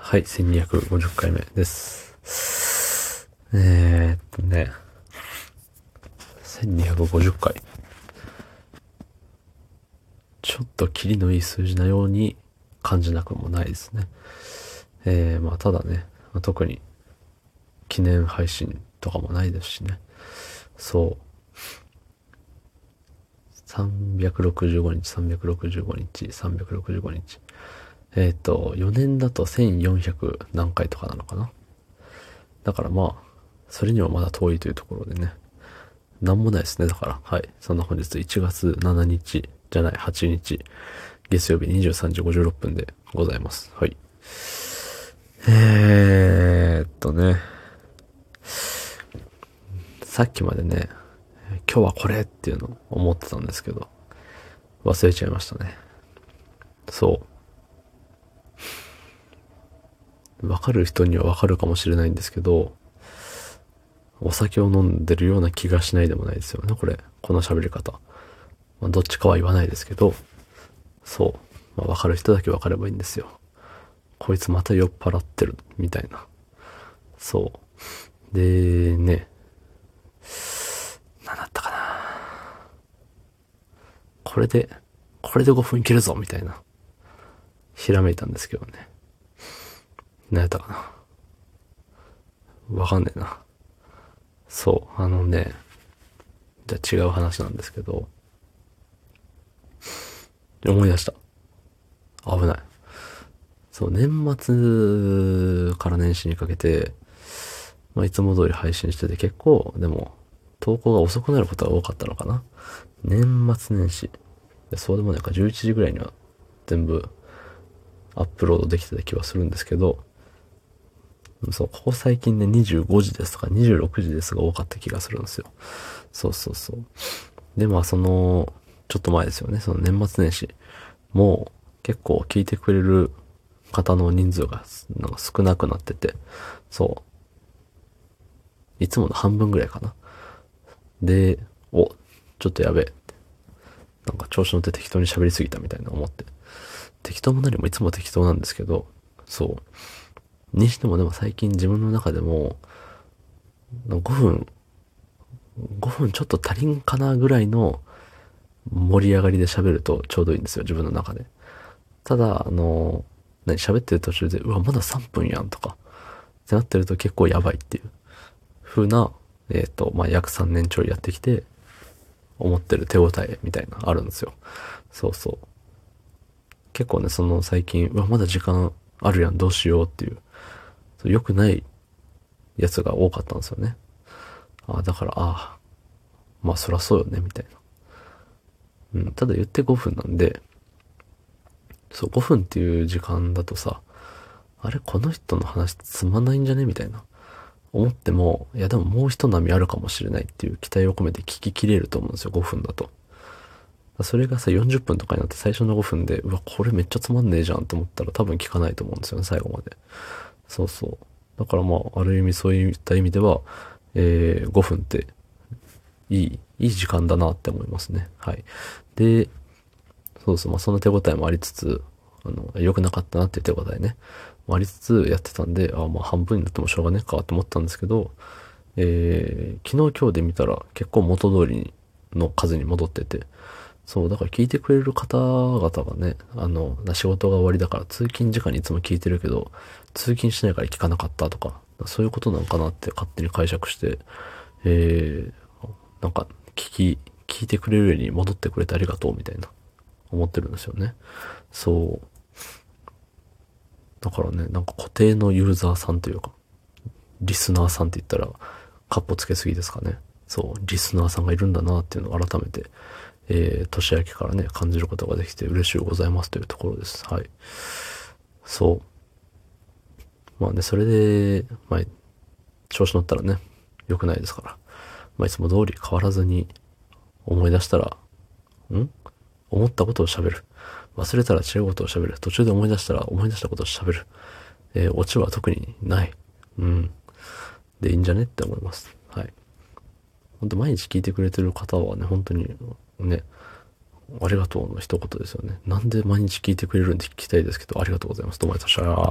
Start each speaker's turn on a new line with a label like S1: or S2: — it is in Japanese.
S1: はい、1250回目です。1250回。ちょっとキリのいい数字なように感じなくもないですね。ただね、特に記念配信とかもないですしね。そう。365日、365日、365日。4年だと1400何回とかなのかな。だからそれにはまだ遠いというところでね。なんもないですね。だから、はい。そんな本日1月7日じゃない、8日、月曜日23時56分でございます。はい。さっきまでね、今日はこれっていうのを思ってたんですけど、忘れちゃいましたね。そう。わかる人にはわかるかもしれないんですけど、お酒を飲んでるような気がしないでもないですよね、この喋り方。どっちかは言わないですけど、そう。わかる人だけわかればいいんですよ。こいつまた酔っ払ってる、みたいな。そう。で、ね。何だったかな。これで5分いけるぞ、みたいな。ひらめいたんですけどね。何やったかな。わかんねえな。そう。じゃあ違う話なんですけど、思い出した。危ない。そう、年末から年始にかけて、いつも通り配信してて結構、でも、投稿が遅くなることが多かったのかな。年末年始。そうでもないか、11時ぐらいには全部アップロードできてた気はするんですけど、そう、ここ最近ね、25時ですとか26時ですが多かった気がするんですよ。そうそうそう。で、ちょっと前ですよね、その年末年始。もう結構聞いてくれる方の人数がなんか少なくなってて、そう。いつもの半分ぐらいかな。で、ちょっとやべえ。なんか調子乗って適当に喋りすぎたみたいな思って。適当も何もいつも適当なんですけど、そう。にしてもでも最近自分の中でも、5分ちょっと足りんかなぐらいの盛り上がりで喋るとちょうどいいんですよ、自分の中で。ただ、喋ってる途中で、うわ、まだ3分やんとか、ってなってると結構やばいっていう風な、約3年ちょいやってきて、思ってる手応えみたいなあるんですよ。そうそう。結構ね、最近、うわ、まだ時間あるやん、どうしようっていう、良くないやつが多かったんですよね。だから、そらそうよね、みたいな。ただ言って5分なんで、そう、5分っていう時間だとさ、あれ、この人の話つまんないんじゃねみたいな。思っても、いやでももう一波あるかもしれないっていう期待を込めて聞き切れると思うんですよ、5分だと。それがさ、40分とかになって最初の5分で、うわ、これめっちゃつまんねえじゃんと思ったら多分聞かないと思うんですよね、最後まで。そうそう。だからある意味そういった意味では、5分っていい時間だなって思いますね。はい。で、そうそう、その手応えもありつつ、良くなかったなっていう手応えね、ありつつやってたんで、半分になってもしょうがねえかと思ったんですけど、昨日今日で見たら結構元通りの数に戻ってて、そう、だから聞いてくれる方々がね、仕事が終わりだから通勤時間にいつも聞いてるけど、通勤しないから聞かなかったとか、そういうことなのかなって勝手に解釈して、なんか聞いてくれるように戻ってくれてありがとうみたいな思ってるんですよね。そう。だからね、なんか固定のユーザーさんというか、リスナーさんって言ったら、カッコつけすぎですかね。そう、リスナーさんがいるんだなっていうのを改めて、年明けからね、感じることができて嬉しゅうございますというところです。はい。そう。それで、調子乗ったらね、良くないですから。いつも通り変わらずに思い出したら、思ったことを喋る。忘れたら違うことを喋る。途中で思い出したら思い出したことを喋る。オチは特にない。でいいんじゃねって思います。はい。本当毎日聞いてくれてる方はね、本当にね、ありがとうの一言ですよね。なんで毎日聞いてくれるんで聞きたいですけど、ありがとうございます。どうもありがとうございました。